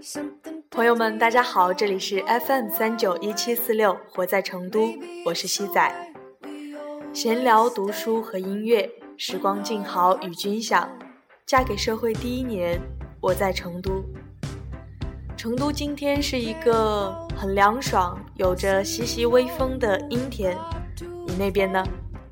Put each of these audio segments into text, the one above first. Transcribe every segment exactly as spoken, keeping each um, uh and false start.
朋友们大家好，这里是 F M 三九一七四六，活在成都，我是西仔。闲聊读书和音乐，时光静好与君享。嫁给社会第一年，我在成都。成都今天是一个很凉爽，有着习习微风的阴天，你那边呢？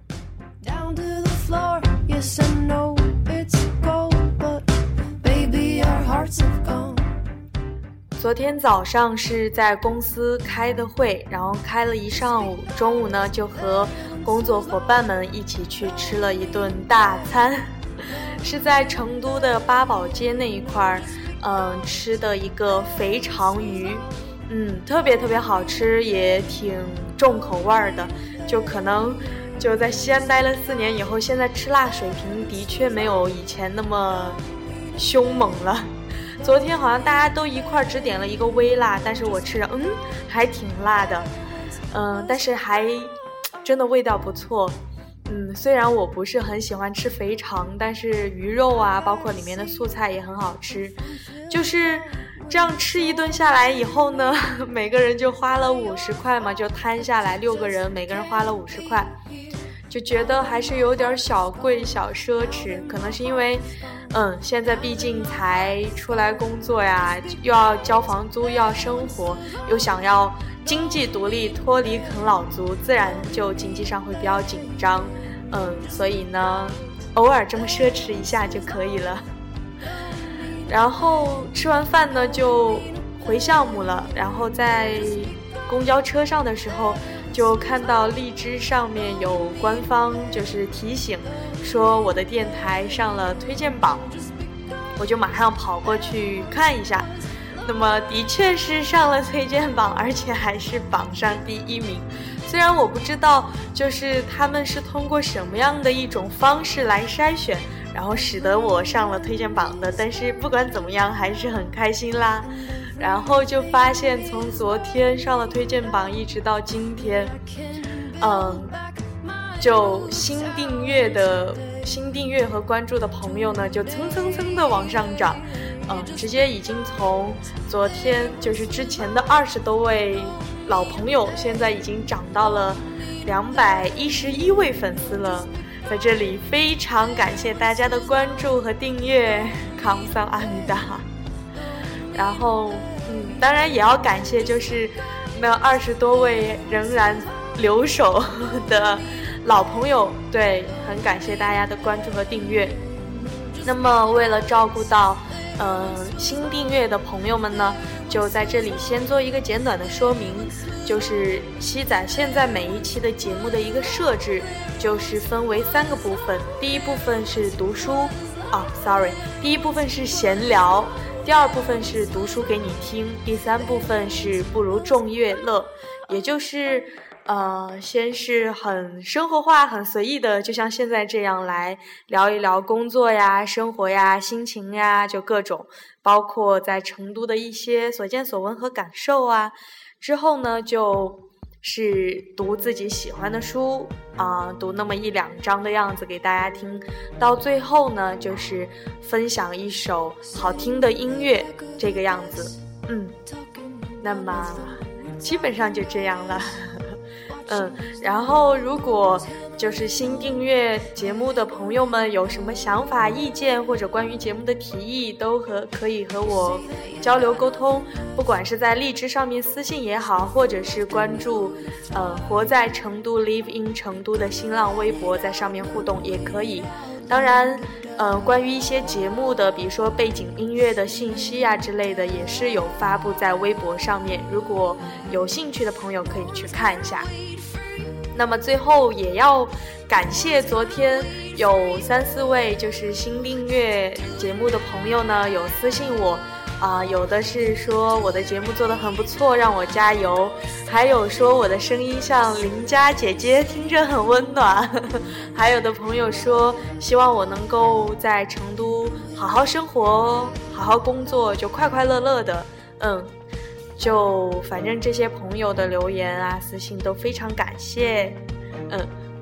昨天早上是在公司开的会，然后开了一上午，中午呢就和工作伙伴们一起去吃了一顿大餐，是在成都的八宝街那一块嗯，吃的一个肥肠鱼，嗯，特别特别好吃，也挺重口味的，就可能就在西安待了四年以后，现在吃辣水平的确没有以前那么凶猛了。昨天好像大家都一块只点了一个微辣，但是我吃着嗯还挺辣的，嗯，但是还真的味道不错。嗯，虽然我不是很喜欢吃肥肠，但是鱼肉啊，包括里面的素菜也很好吃。就是这样吃一顿下来以后呢，每个人就花了五十块嘛，就摊下来六个人，每个人花了五十块，就觉得还是有点小贵小奢侈。可能是因为嗯，现在毕竟才出来工作呀，又要交房租，又要生活，又想要经济独立，脱离啃老族，自然就经济上会比较紧张。嗯，所以呢偶尔这么奢侈一下就可以了。然后吃完饭呢就回项目了，然后在公交车上的时候就看到荔枝上面有官方就是提醒说我的电台上了推荐榜，我就马上跑过去看一下。那么的确是上了推荐榜，而且还是榜上第一名。虽然我不知道就是他们是通过什么样的一种方式来筛选，然后使得我上了推荐榜的，但是不管怎么样还是很开心啦。然后就发现从昨天上了推荐榜一直到今天，嗯，就新订阅的新订阅和关注的朋友呢就蹭蹭蹭的往上涨，嗯，直接已经从昨天就是之前的二十多位老朋友，现在已经涨到了两百一十一位粉丝了。在这里非常感谢大家的关注和订阅，康桑阿弥达。然后嗯，当然也要感谢就是那二十多位仍然留守的老朋友，对，很感谢大家的关注和订阅。那么为了照顾到呃新订阅的朋友们呢，就在这里先做一个简短的说明，就是西仔现在每一期的节目的一个设置就是分为三个部分，第一部分是读书啊 sorry 第一部分是闲聊，第二部分是读书给你听，第三部分是不如众乐乐，也就是呃，先是很生活化很随意的，就像现在这样来聊一聊工作呀生活呀心情呀，就各种包括在成都的一些所见所闻和感受啊。之后呢就是读自己喜欢的书啊、呃，读那么一两章的样子给大家听，到最后呢就是分享一首好听的音乐，这个样子。嗯，那么基本上就这样了。嗯，然后如果就是新订阅节目的朋友们有什么想法意见或者关于节目的提议，都和可以和我交流沟通，不管是在荔枝上面私信也好，或者是关注呃活在成都 Live in 成都的新浪微博，在上面互动也可以。当然呃，关于一些节目的比如说背景音乐的信息啊之类的，也是有发布在微博上面，如果有兴趣的朋友可以去看一下。那么最后也要感谢昨天有三四位就是新订阅节目的朋友呢，有私信我啊、呃，有的是说我的节目做得很不错，让我加油，还有说我的声音像邻家姐姐，听着很温暖，还有的朋友说希望我能够在成都好好生活好好工作，就快快乐乐的。嗯，就反正这些朋友的留言啊私信都非常感谢。嗯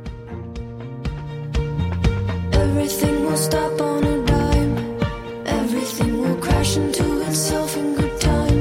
Everything will stop on a dime, everything will crash into itself in good time.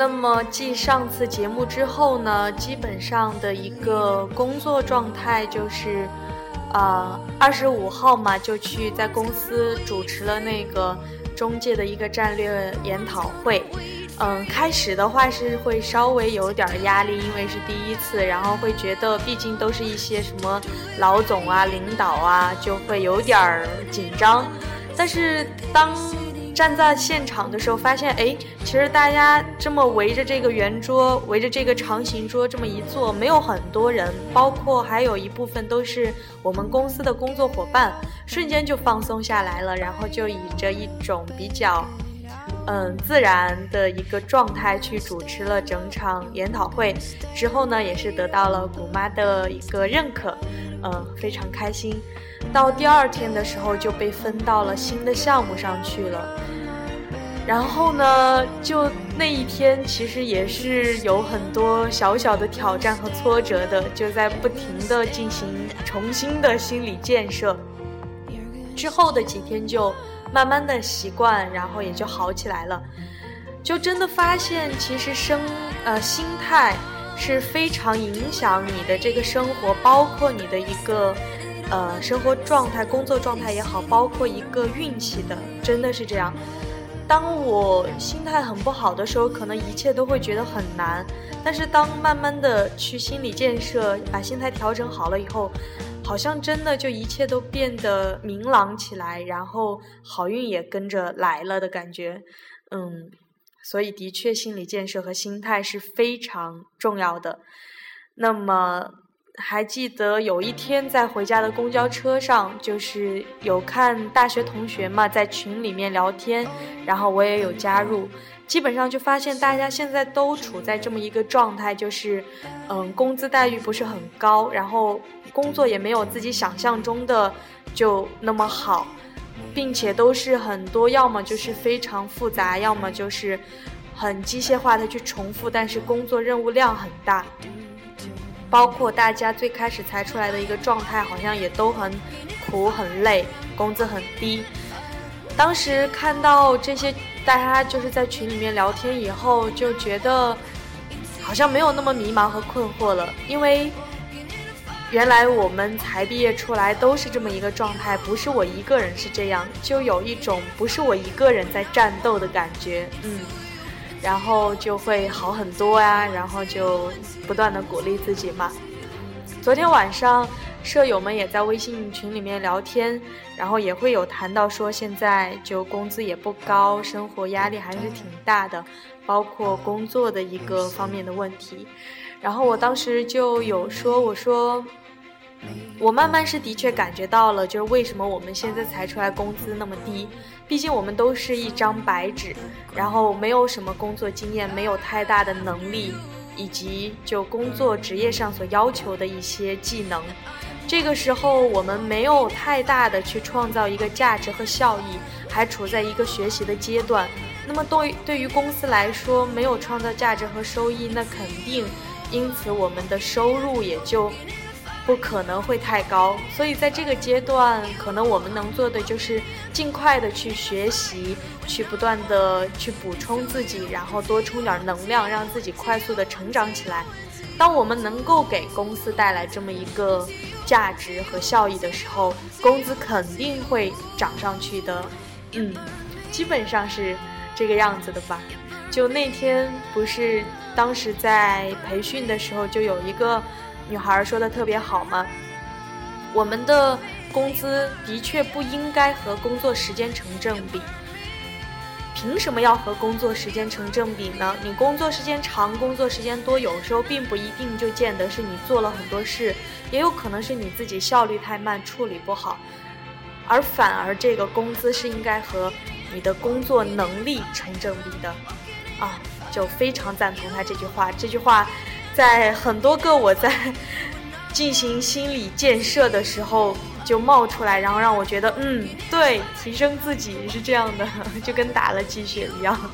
那么继上次节目之后呢，基本上的一个工作状态就是呃，二十五号嘛，就去在公司主持了那个中介的一个战略研讨会。嗯，开始的话是会稍微有点压力，因为是第一次，然后会觉得毕竟都是一些什么老总啊、领导啊，就会有点紧张。但是当站在现场的时候，发现哎，其实大家这么围着这个圆桌，围着这个长形桌这么一坐，没有很多人，包括还有一部分都是我们公司的工作伙伴，瞬间就放松下来了，然后就以着一种比较嗯自然的一个状态去主持了整场研讨会。之后呢，也是得到了古妈的一个认可，嗯，非常开心。到第二天的时候就被分到了新的项目上去了，然后呢，就那一天其实也是有很多小小的挑战和挫折的，就在不停的进行重新的心理建设。之后的几天就慢慢的习惯，然后也就好起来了。就真的发现其实生呃心态是非常影响你的这个生活，包括你的一个呃生活状态、工作状态也好，包括一个运气的，真的是这样。当我心态很不好的时候，可能一切都会觉得很难，但是当慢慢的去心理建设，把心态调整好了以后，好像真的就一切都变得明朗起来，然后好运也跟着来了的感觉。嗯，所以的确心理建设和心态是非常重要的。那么还记得有一天在回家的公交车上，就是有看大学同学嘛在群里面聊天，然后我也有加入，基本上就发现大家现在都处在这么一个状态，就是嗯，工资待遇不是很高，然后工作也没有自己想象中的就那么好，并且都是很多要么就是非常复杂，要么就是很机械化的去重复，但是工作任务量很大。包括大家最开始才出来的一个状态，好像也都很苦很累，工资很低。当时看到这些大家就是在群里面聊天以后，就觉得好像没有那么迷茫和困惑了，因为原来我们才毕业出来都是这么一个状态，不是我一个人是这样，就有一种不是我一个人在战斗的感觉。嗯，然后就会好很多呀，然后就不断的鼓励自己嘛。昨天晚上舍友们也在微信群里面聊天，然后也会有谈到说现在就工资也不高，生活压力还是挺大的，包括工作的一个方面的问题。然后我当时就有说，我说我慢慢是的确感觉到了，就是为什么我们现在才出来工资那么低，毕竟我们都是一张白纸，然后没有什么工作经验，没有太大的能力，以及就工作职业上所要求的一些技能。这个时候我们没有太大的去创造一个价值和效益，还处在一个学习的阶段。那么对对于公司来说，没有创造价值和收益，那肯定因此我们的收入也就不可能会太高。所以在这个阶段，可能我们能做的就是尽快的去学习，去不断的去补充自己，然后多充点能量，让自己快速的成长起来。当我们能够给公司带来这么一个价值和效益的时候，工资肯定会涨上去的。嗯，基本上是这个样子的吧。就那天不是当时在培训的时候，就有一个女孩说的特别好嘛，我们的工资的确不应该和工作时间成正比。凭什么要和工作时间成正比呢？你工作时间长，工作时间多，有时候并不一定就见得是你做了很多事，也有可能是你自己效率太慢，处理不好。而反而这个工资是应该和你的工作能力成正比的啊，就非常赞同他这句话。这句话在很多个我在进行心理建设的时候就冒出来，然后让我觉得嗯，对，提升自己是这样的，就跟打了鸡血一样。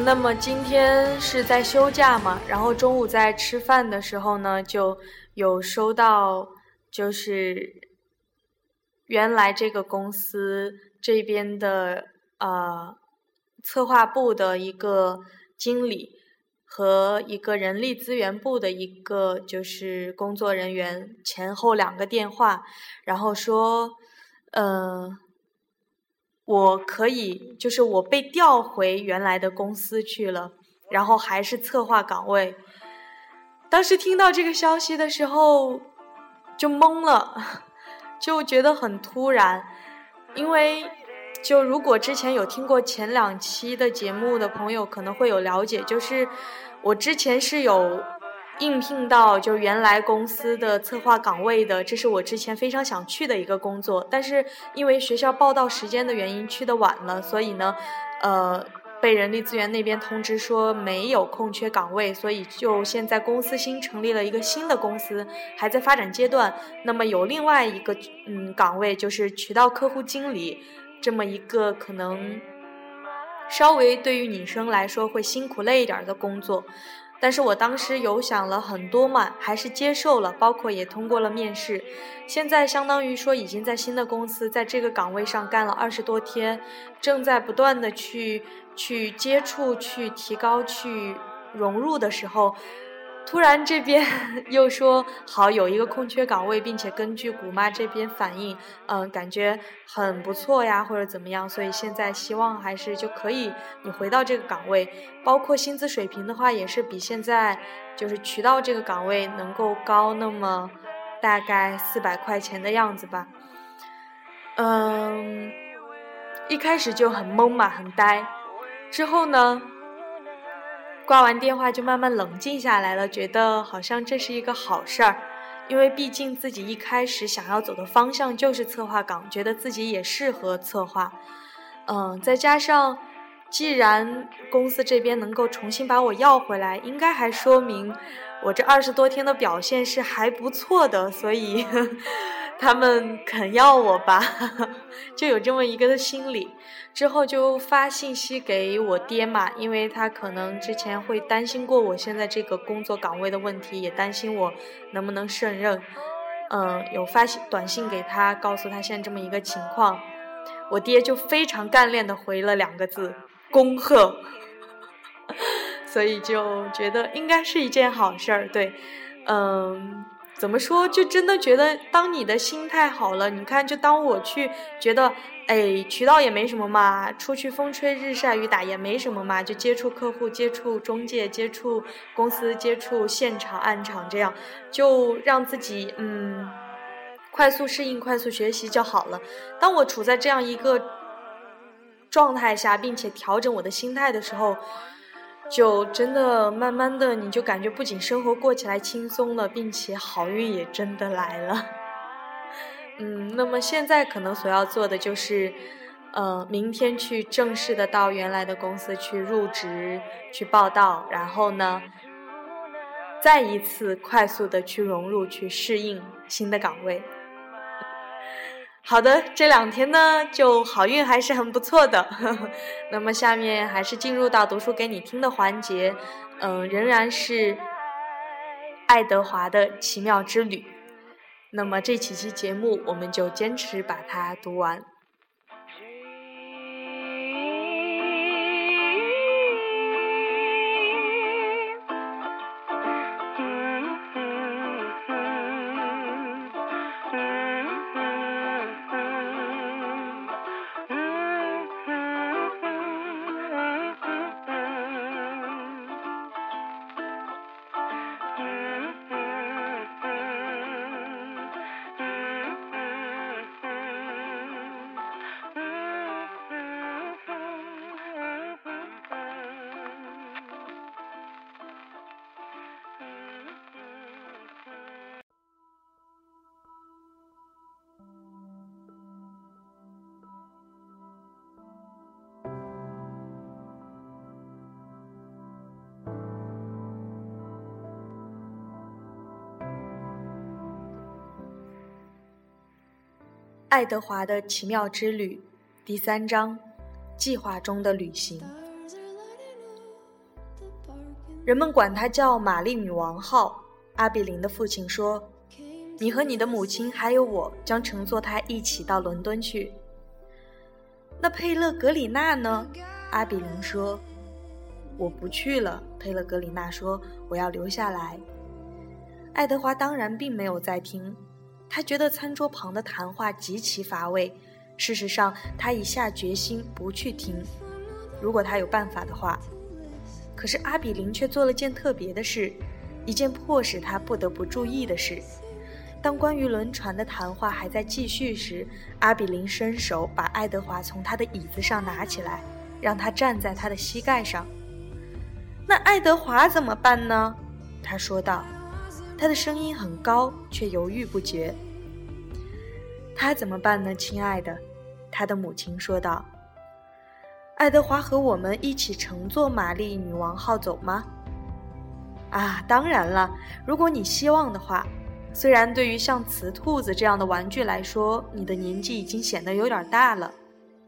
那么今天是在休假嘛，然后中午在吃饭的时候呢，就有收到就是原来这个公司这边的呃策划部的一个经理和一个人力资源部的一个就是工作人员前后两个电话，然后说呃我可以就是我被调回原来的公司去了，然后还是策划岗位。当时听到这个消息的时候就懵了，就觉得很突然。因为就如果之前有听过前两期的节目的朋友可能会有了解，就是我之前是有应聘到就原来公司的策划岗位的，这是我之前非常想去的一个工作，但是因为学校报到时间的原因去的晚了，所以呢呃被人力资源那边通知说没有空缺岗位，所以就现在公司新成立了一个新的公司，还在发展阶段。那么有另外一个嗯岗位，就是渠道客户经理，这么一个可能稍微对于女生来说会辛苦累一点的工作。但是我当时有想了很多嘛，还是接受了，包括也通过了面试。现在相当于说已经在新的公司在这个岗位上干了二十多天，正在不断的去去接触去提高去融入的时候，突然这边又说好有一个空缺岗位，并且根据古妈这边反映嗯，感觉很不错呀或者怎么样，所以现在希望还是就可以你回到这个岗位，包括薪资水平的话也是比现在就是渠道这个岗位能够高那么大概四百块钱的样子吧。嗯，一开始就很懵嘛，很呆，之后呢挂完电话就慢慢冷静下来了，觉得好像这是一个好事儿，因为毕竟自己一开始想要走的方向就是策划岗，觉得自己也适合策划。嗯，再加上既然公司这边能够重新把我要回来，应该还说明我这二十多天的表现是还不错的，所以呵呵他们肯要我吧，就有这么一个心理。之后就发信息给我爹嘛，因为他可能之前会担心过我现在这个工作岗位的问题，也担心我能不能胜任。嗯，有发短信给他，告诉他现在这么一个情况。我爹就非常干练的回了两个字：恭贺。所以就觉得应该是一件好事儿。对，嗯，怎么说，就真的觉得当你的心态好了，你看就当我去觉得哎，渠道也没什么嘛，出去风吹日晒雨打也没什么嘛，就接触客户接触中介接触公司接触现场暗场，这样就让自己嗯快速适应快速学习就好了。当我处在这样一个状态下，并且调整我的心态的时候，就真的慢慢的你就感觉不仅生活过起来轻松了，并且好运也真的来了。嗯，那么现在可能所要做的就是呃，明天去正式的到原来的公司去入职去报到，然后呢再一次快速的去融入去适应新的岗位。好的，这两天呢就好运还是很不错的。那么下面还是进入到读书给你听的环节，嗯、呃，仍然是爱德华的奇妙之旅。那么这几期节目我们就坚持把它读完。爱德华的奇妙之旅第三章，计划中的旅行。 人们管她叫玛丽女王号。阿比林的父亲说，你和你的母亲还有我将乘坐她一起到伦敦去。那佩勒格里娜呢？阿比林说，我不去了。佩勒格里娜说，我要留下来。爱德华当然并没有在听，他觉得餐桌旁的谈话极其乏味。事实上，他已下决心不去听，如果他有办法的话。可是阿比林却做了件特别的事，一件迫使他不得不注意的事。当关于轮船的谈话还在继续时，阿比林伸手把爱德华从他的椅子上拿起来，让他站在他的膝盖上。那爱德华怎么办呢？他说道，他的声音很高，却犹豫不决。他怎么办呢，亲爱的？他的母亲说道。爱德华和我们一起乘坐玛丽女王号走吗？啊，当然了，如果你希望的话。虽然对于像瓷兔子这样的玩具来说，你的年纪已经显得有点大了。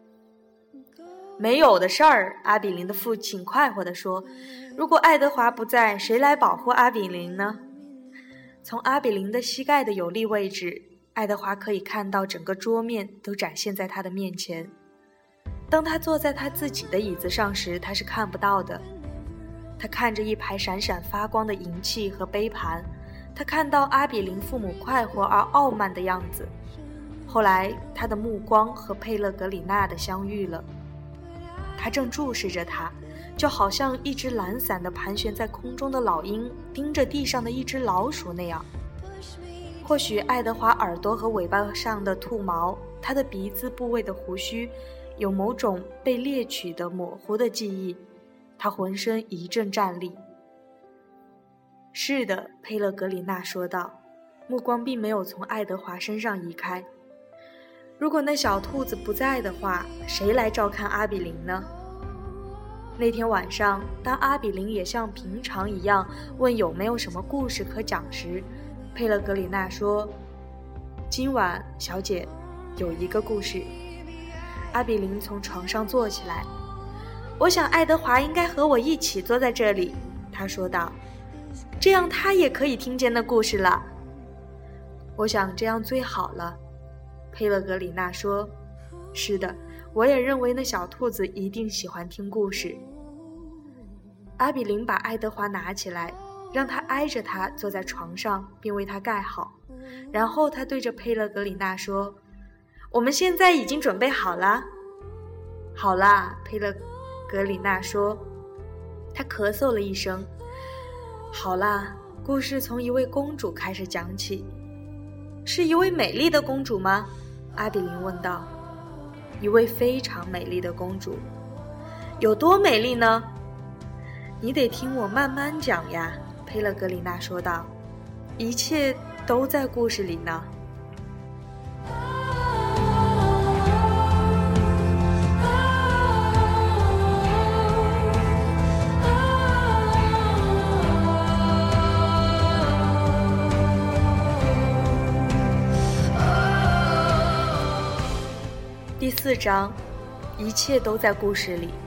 没有的事儿，阿比林的父亲快活地说，如果爱德华不在，谁来保护阿比林呢？从阿比林的膝盖的有利位置，爱德华可以看到整个桌面都展现在他的面前。当他坐在他自己的椅子上时，他是看不到的。他看着一排闪闪发光的银器和杯盘，他看到阿比林父母快活而傲慢的样子。后来他的目光和佩勒格里娜的相遇了，他正注视着他，就好像一只懒散地盘旋在空中的老鹰盯着地上的一只老鼠那样。或许爱德华耳朵和尾巴上的兔毛，他的鼻子部位的胡须，有某种被猎取的模糊的记忆。他浑身一阵战栗。是的，佩勒格里娜说道，目光并没有从爱德华身上移开。如果那小兔子不在的话，谁来照看阿比林呢？那天晚上，当阿比林也像平常一样问有没有什么故事可讲时，佩勒格里娜说，今晚，小姐，有一个故事。阿比林从床上坐起来，我想爱德华应该和我一起坐在这里，他说道，这样他也可以听见那故事了。我想这样最好了，佩勒格里娜说，是的，我也认为那小兔子一定喜欢听故事。阿比林把爱德华拿起来，让他挨着他坐在床上，并为他盖好。然后他对着佩勒格里娜说，我们现在已经准备好了。好啦，佩勒格里娜说。他咳嗽了一声。好啦，故事从一位公主开始讲起。是一位美丽的公主吗？阿比林问道。一位非常美丽的公主。有多美丽呢？你得听我慢慢讲呀，佩勒格里娜说道。一切都在故事里呢。第四章，一切都在故事里。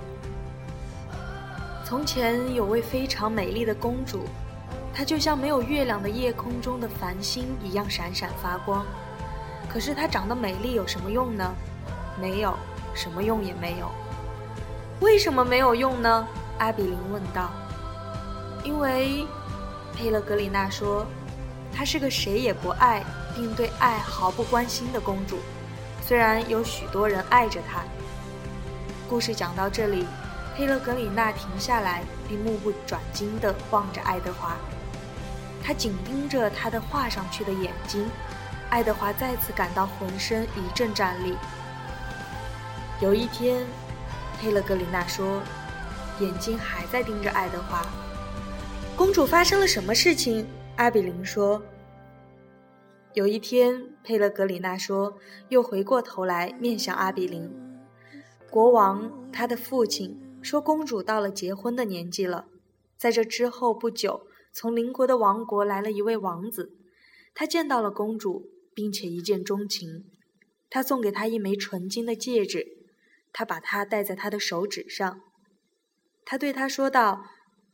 从前有位非常美丽的公主，她就像没有月亮的夜空中的繁星一样闪闪发光。可是她长得美丽有什么用呢？没有，什么用也没有。为什么没有用呢？阿比林问道。因为，佩勒格里娜说，她是个谁也不爱，并对爱毫不关心的公主。虽然有许多人爱着她。故事讲到这里，佩勒格里娜停下来，并目不转睛地望着爱德华。她紧盯着他的画上去的眼睛，爱德华再次感到浑身一阵战栗。有一天，佩勒格里娜说，眼睛还在盯着爱德华。公主发生了什么事情？阿比林说。有一天，佩勒格里娜说，又回过头来面向阿比林。国王，他的父亲，说公主到了结婚的年纪了。在这之后不久，从邻国的王国来了一位王子，他见到了公主，并且一见钟情。他送给她一枚纯金的戒指，他把它戴在她的手指上。他对她说道，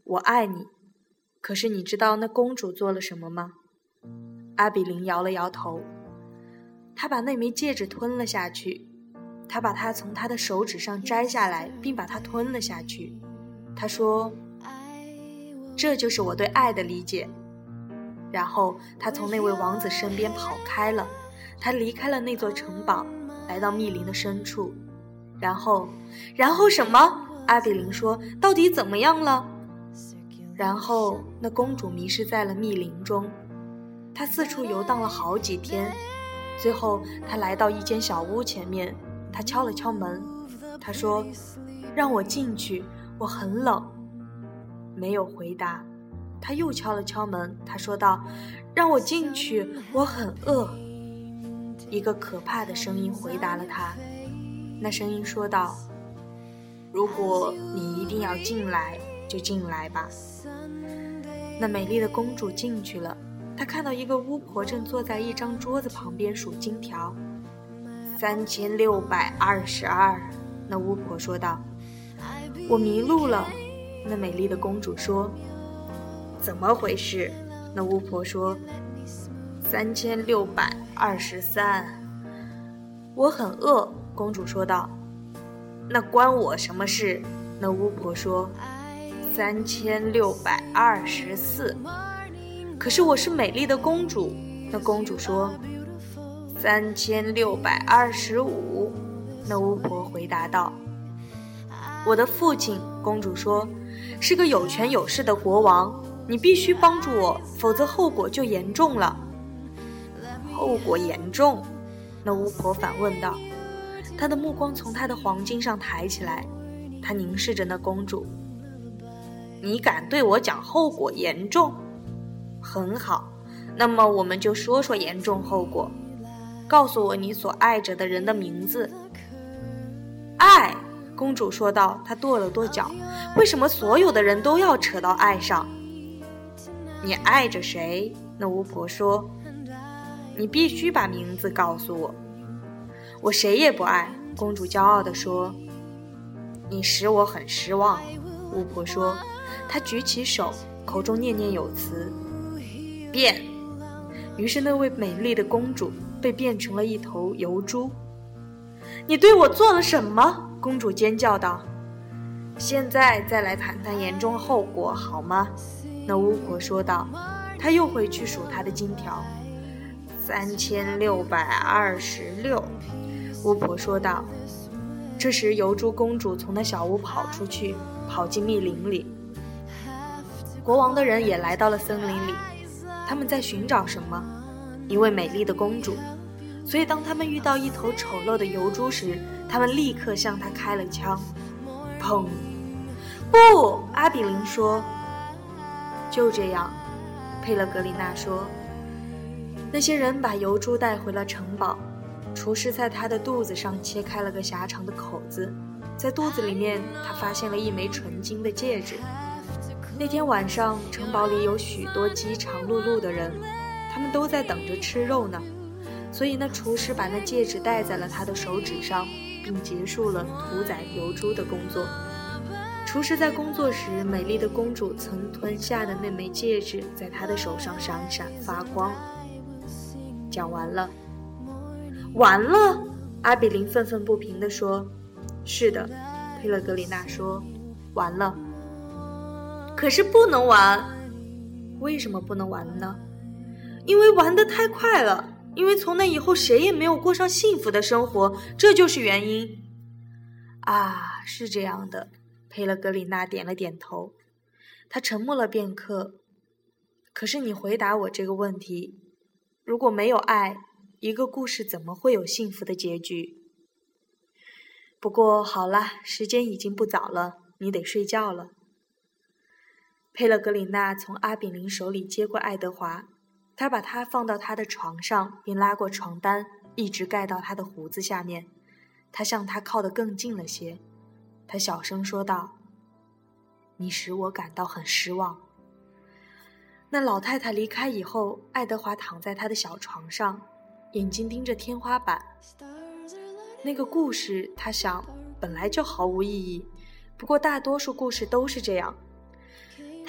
我爱你。可是你知道那公主做了什么吗？阿比林摇了摇头。她把那枚戒指吞了下去，她把它从她的手指上摘下来，并把它吞了下去。她说，这就是我对爱的理解。然后她从那位王子身边跑开了，她离开了那座城堡，来到密林的深处。然后然后什么？阿比林说，到底怎么样了？然后那公主迷失在了密林中，她四处游荡了好几天，最后她来到一间小屋前面，她敲了敲门，她说，让我进去，我很冷。没有回答。她又敲了敲门，她说道，让我进去，我很饿。一个可怕的声音回答了她，那声音说道，如果你一定要进来，就进来吧。那美丽的公主进去了，她看到一个巫婆正坐在一张桌子旁边数金条。三千六百二十二，那巫婆说道。我迷路了，那美丽的公主说。怎么回事？那巫婆说。三千六百二十三。我很饿，公主说道。那关我什么事？那巫婆说。三千六百二十四。可是我是美丽的公主，那公主说。三千六百二十五。那巫婆回答道。我的父亲，公主说，是个有权有势的国王，你必须帮助我，否则后果就严重了。后果严重？那巫婆反问道。她的目光从她的黄金上抬起来，她凝视着那公主。你敢对我讲后果严重？很好，那么我们就说说严重后果。告诉我你所爱着的人的名字。爱，公主说道。她跺了跺脚。为什么所有的人都要扯到爱上？你爱着谁？那巫婆说。你必须把名字告诉我。我谁也不爱，公主骄傲地说。你使我很失望，巫婆说。她举起手，口中念念有词。变。于是那位美丽的公主被变成了一头油猪。你对我做了什么？公主尖叫道。现在再来谈谈严重后果好吗？那巫婆说道。她又回去数她的金条。三千六百二十六，巫婆说道。这时油猪公主从那小屋跑出去，跑进密林里。国王的人也来到了森林里，他们在寻找什么？一位美丽的公主。所以当他们遇到一头丑陋的油猪时，他们立刻向他开了枪。砰！不，阿比林说。就这样，佩勒格里娜说。那些人把油猪带回了城堡，厨师在他的肚子上切开了个狭长的口子，在肚子里面他发现了一枚纯金的戒指。那天晚上，城堡里有许多饥肠辘辘的人，他们都在等着吃肉呢。所以那厨师把那戒指戴在了他的手指上，并结束了屠宰油猪的工作。厨师在工作时，美丽的公主曾吞下的那枚戒指在他的手上闪闪发光。讲完了。完了？阿比林愤愤不平地说。是的，佩勒格里娜说，完了。可是不能玩。为什么不能玩呢？因为玩得太快了，因为从那以后谁也没有过上幸福的生活，这就是原因。啊，是这样的，佩勒格里娜点了点头。她沉默了片刻。可是你回答我这个问题，如果没有爱，一个故事怎么会有幸福的结局？不过好了，时间已经不早了，你得睡觉了。佩勒格里娜从阿比林手里接过爱德华，她把他放到他的床上，并拉过床单，一直盖到他的胡子下面。他向他靠得更近了些。他小声说道：你使我感到很失望。那老太太离开以后，爱德华躺在他的小床上，眼睛盯着天花板。那个故事，他想，本来就毫无意义，不过大多数故事都是这样。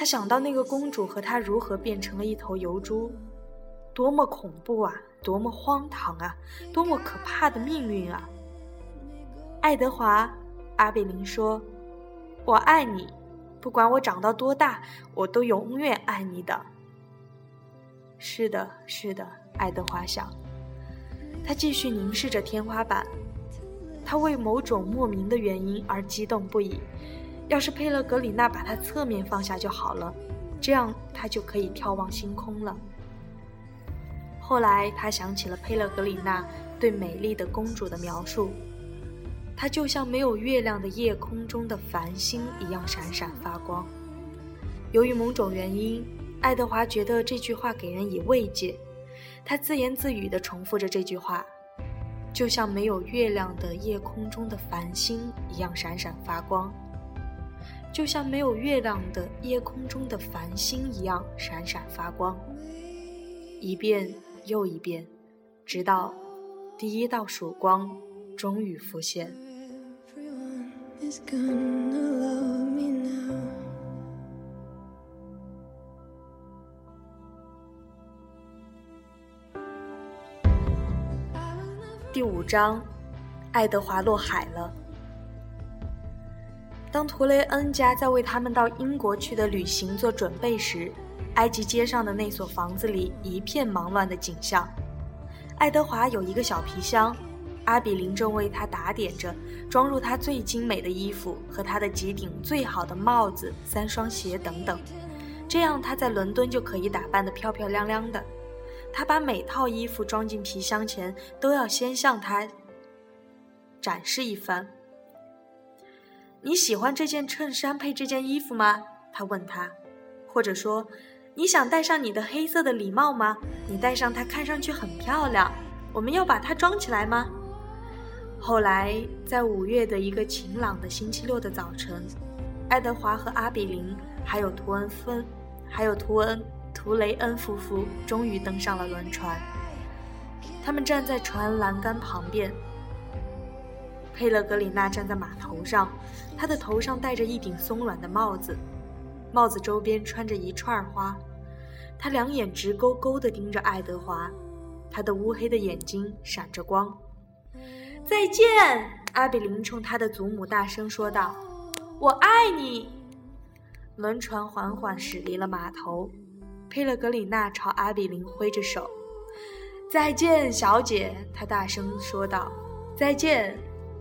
他想到那个公主和他如何变成了一头油猪，多么恐怖啊，多么荒唐啊，多么可怕的命运啊！爱德华，阿比林说，我爱你，不管我长到多大，我都永远爱你的。是的，是的，爱德华想。他继续凝视着天花板，他为某种莫名的原因而激动不已。要是佩勒格里娜把他侧面放下就好了，这样他就可以眺望星空了。后来他想起了佩勒格里娜对美丽的公主的描述，她就像没有月亮的夜空中的繁星一样闪闪发光。由于某种原因，爱德华觉得这句话给人以慰藉，他自言自语地重复着这句话，就像没有月亮的夜空中的繁星一样闪闪发光，就像没有月亮的夜空中的繁星一样闪闪发光，一遍又一遍，直到第一道曙光终于浮现。第五章，爱德华落海了。当图雷恩家在为他们到英国去的旅行做准备时，埃及街上的那所房子里一片忙乱的景象。爱德华有一个小皮箱，阿比林正为他打点着，装入他最精美的衣服和他的几顶最好的帽子、三双鞋等等，这样他在伦敦就可以打扮得漂漂亮亮的。他把每套衣服装进皮箱前，都要先向他展示一番。你喜欢这件衬衫配这件衣服吗？他问他。或者说，你想戴上你的黑色的礼帽吗？你戴上它看上去很漂亮，我们要把它装起来吗？后来，在五月的一个晴朗的星期六的早晨，爱德华和阿比林还有图恩芬还有图恩图雷恩夫妇终于登上了轮船。他们站在船栏杆旁边，佩勒格里娜站在码头上，她的头上戴着一顶松软的帽子，帽子周边穿着一串花。她两眼直勾勾地盯着爱德华，她的乌黑的眼睛闪着光。再见，阿比林冲他的祖母大声说道，我爱你。轮船缓缓驶离了码头，佩勒格里娜朝阿比林挥着手。再见，小姐，她大声说道，再见。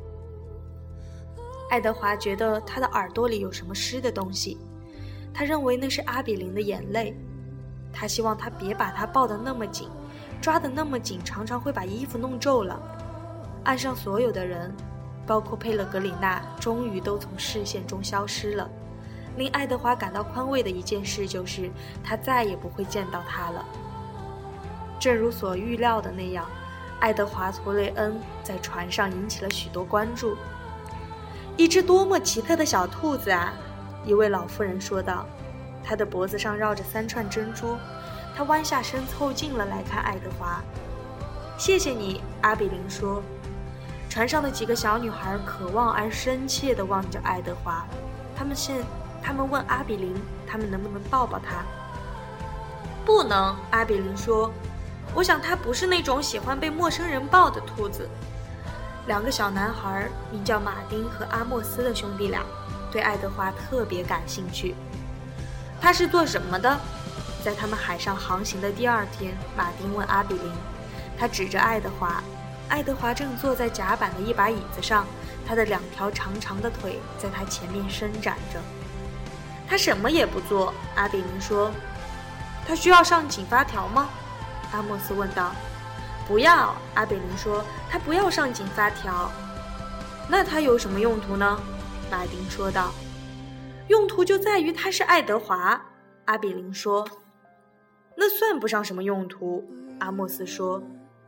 爱德华觉得他的耳朵里有什么湿的东西，他认为那是阿比林的眼泪。他希望他别把他抱得那么紧，抓得那么紧，常常会把衣服弄皱了。岸上所有的人，包括佩勒格里娜，终于都从视线中消失了。令爱德华感到宽慰的一件事就是，他再也不会见到他了。正如所预料的那样，爱德华·图雷恩在船上引起了许多关注。一只多么奇特的小兔子啊！一位老妇人说道，她的脖子上绕着三串珍珠。她弯下身凑近了来看爱德华。谢谢你，阿比林说。船上的几个小女孩渴望而深切地望着爱德华，他们现他们问阿比林，他们能不能抱抱他？不能，阿比林说，我想他不是那种喜欢被陌生人抱的兔子。两个小男孩，名叫马丁和阿莫斯的兄弟俩，对爱德华特别感兴趣。他是做什么的？在他们海上航行的第二天，马丁问阿比林。他指着爱德华，爱德华正坐在甲板的一把椅子上，他的两条长长的腿在他前面伸展着。他什么也不做，阿比林说。他需要上警发条吗？阿莫斯问道。不要，阿比林说，他不要上警发条。那他有什么用途呢？马丁说道。用途就在于他是爱德华，阿比林说。那算不上什么用途，阿莫斯说。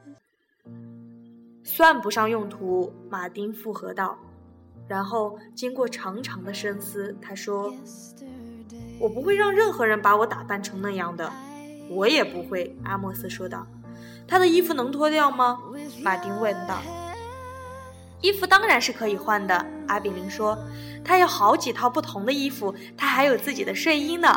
算不上用途，马丁附和道。然后经过长长的深思，他说，我不会让任何人把我打扮成那样的。我也不会，阿莫斯说道。他的衣服能脱掉吗？马丁问道。衣服当然是可以换的，阿比林说。他有好几套不同的衣服，他还有自己的睡衣呢。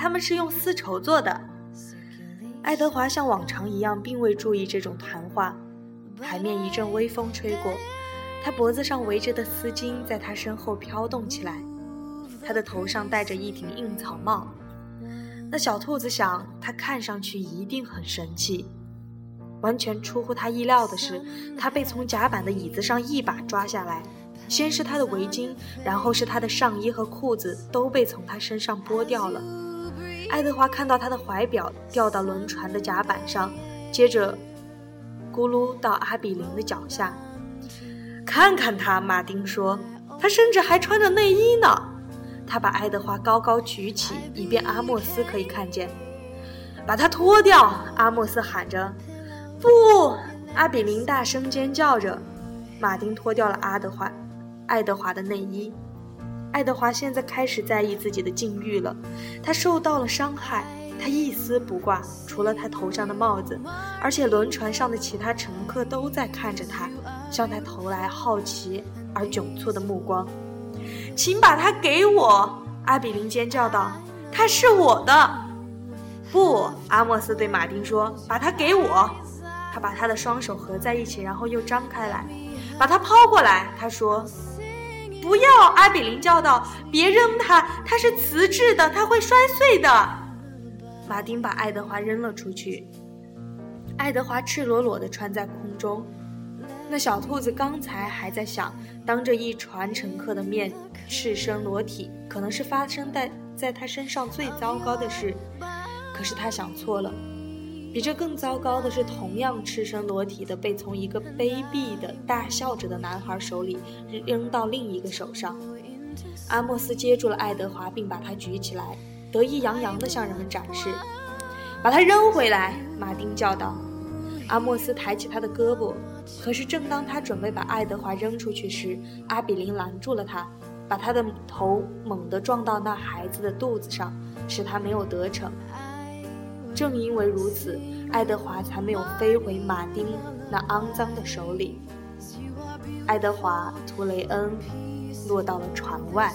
他们是用丝绸做的。爱德华像往常一样并未注意这种谈话，海面一阵微风吹过，他脖子上围着的丝巾在他身后飘动起来，他的头上戴着一顶硬草帽。那小兔子想，他看上去一定很神气。完全出乎他意料的是，他被从甲板的椅子上一把抓下来，先是他的围巾，然后是他的上衣和裤子都被从他身上剥掉了。爱德华看到他的怀表掉到轮船的甲板上，接着咕噜到阿比林的脚下。看看他，马丁说，他甚至还穿着内衣呢。他把爱德华高高举起，以便阿莫斯可以看见。把他脱掉，阿莫斯喊着。不，阿比林大声尖叫着。马丁脱掉了阿德华爱德华的内衣。爱德华现在开始在意自己的境遇了，他受到了伤害，他一丝不挂，除了他头上的帽子，而且轮船上的其他乘客都在看着他，向他投来好奇而窘促的目光。请把它给我，阿比林尖叫道，它是我的。不，阿莫斯对马丁说，把它给我。他把他的双手合在一起，然后又张开来，把它抛过来。他说，不要，阿比林叫道，别扔它，它是瓷质的，它会摔碎的。马丁把爱德华扔了出去，爱德华赤裸裸地穿在空中。那小兔子刚才还在想，当着一船乘客的面赤身裸体，可能是发生在在他身上最糟糕的事。可是他想错了，比这更糟糕的是，同样赤身裸体的被从一个卑鄙的大笑着的男孩手里扔到另一个手上。阿莫斯接住了爱德华，并把他举起来，得意洋洋地向人们展示。把他扔回来，马丁叫道。阿莫斯抬起他的胳膊，可是正当他准备把爱德华扔出去时，阿比林拦住了他，把他的头猛地撞到那孩子的肚子上，使他没有得逞。正因为如此，爱德华才没有飞回马丁那肮脏的手里。爱德华·图雷恩落到了船外。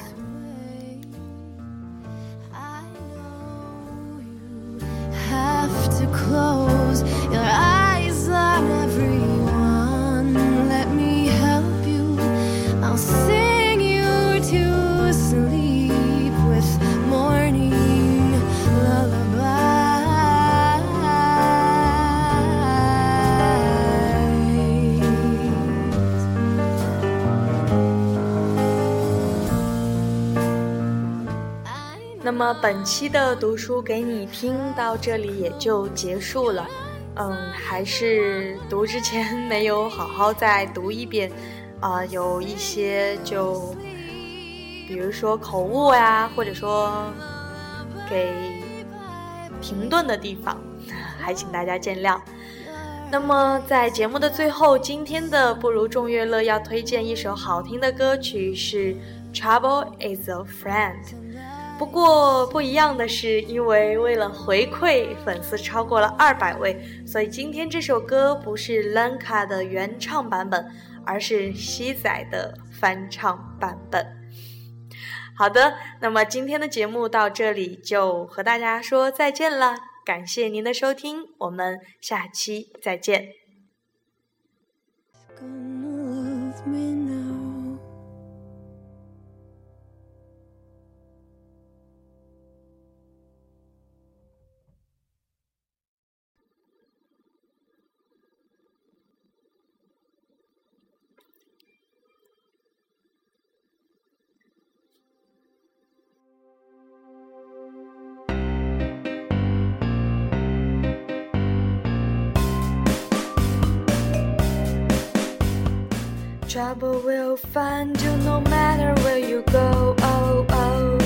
那么本期的读书给你听到这里也就结束了。嗯，还是读之前没有好好再读一遍，啊、呃，有一些就比如说口误呀，或者说给停顿的地方，还请大家见谅。那么在节目的最后，今天的不如众乐乐要推荐一首好听的歌曲，是 Trouble is a Friend。不过不一样的是，因为为了回馈粉丝超过了二百位，所以今天这首歌不是 Lenka 的原唱版本，而是西仔的翻唱版本。好的，那么今天的节目到这里就和大家说再见了，感谢您的收听，我们下期再见。Trouble will find you no matter where you go, oh, oh.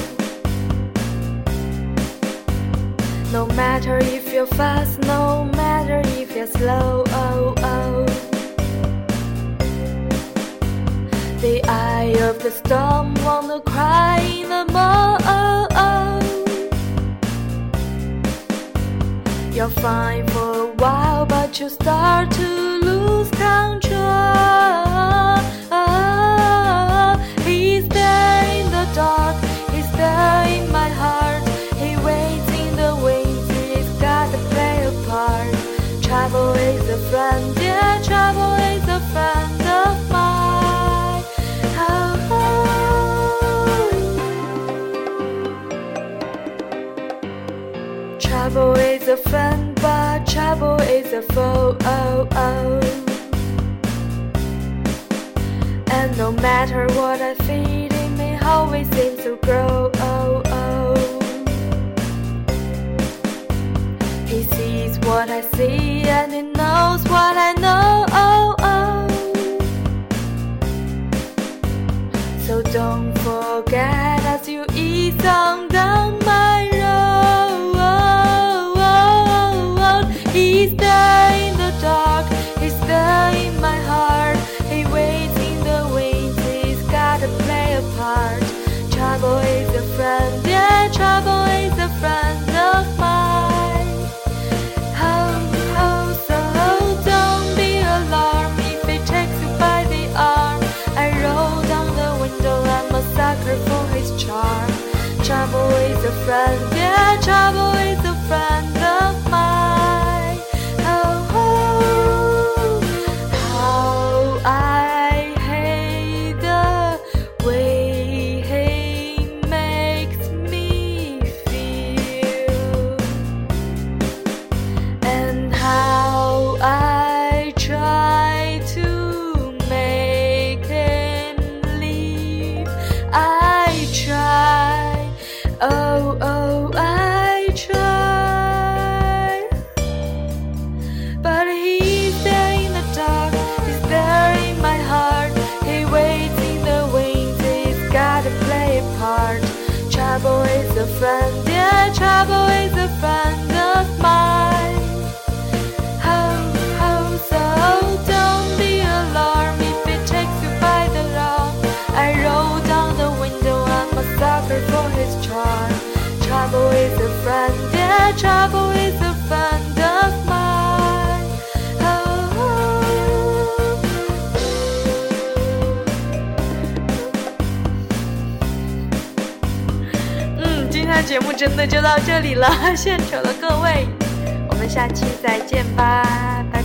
No matter if you're fast, no matter if you're slow, oh, oh. The eye of the storm wanna cry no more, oh, oh. You're fine for a while, but you start to lose control. He's there in the dark, he's there in my heart. He waits a friend, but trouble is a foe. Oh, oh. And no matter what I feed, it may always seem to grow. Oh, oh. He sees what I see, and he knows what I know. Oh, oh. So don't forget as you ease on down my road. He's there in the dark, he's there in my heart. He waits in the wings, he's gotta play a part. Trouble is a friend, yeah, trouble is a friend of mine. Oh, oh, so don't be alarmed if he takes you by the arm. I roll down the window, I'm a sucker for his charm. Trouble is a friend, yeah, trouble is a friend of mine. Oh, oh, I try. But he's there in the dark, he's there in my heart. He waits in the wings, he's gotta play a part. Trouble is a friend, yeah, trouble is a friend of mine. Oh, oh, so don't be alarmed if it takes you by the arm. I roll down the window, I'm a sucker for his charm. Trouble is a friend, yeah, trouble is a friend of mine. Oh, oh. 嗯，今天的节目真的就到这里了，献丑了各位，我们下期再见吧，拜拜。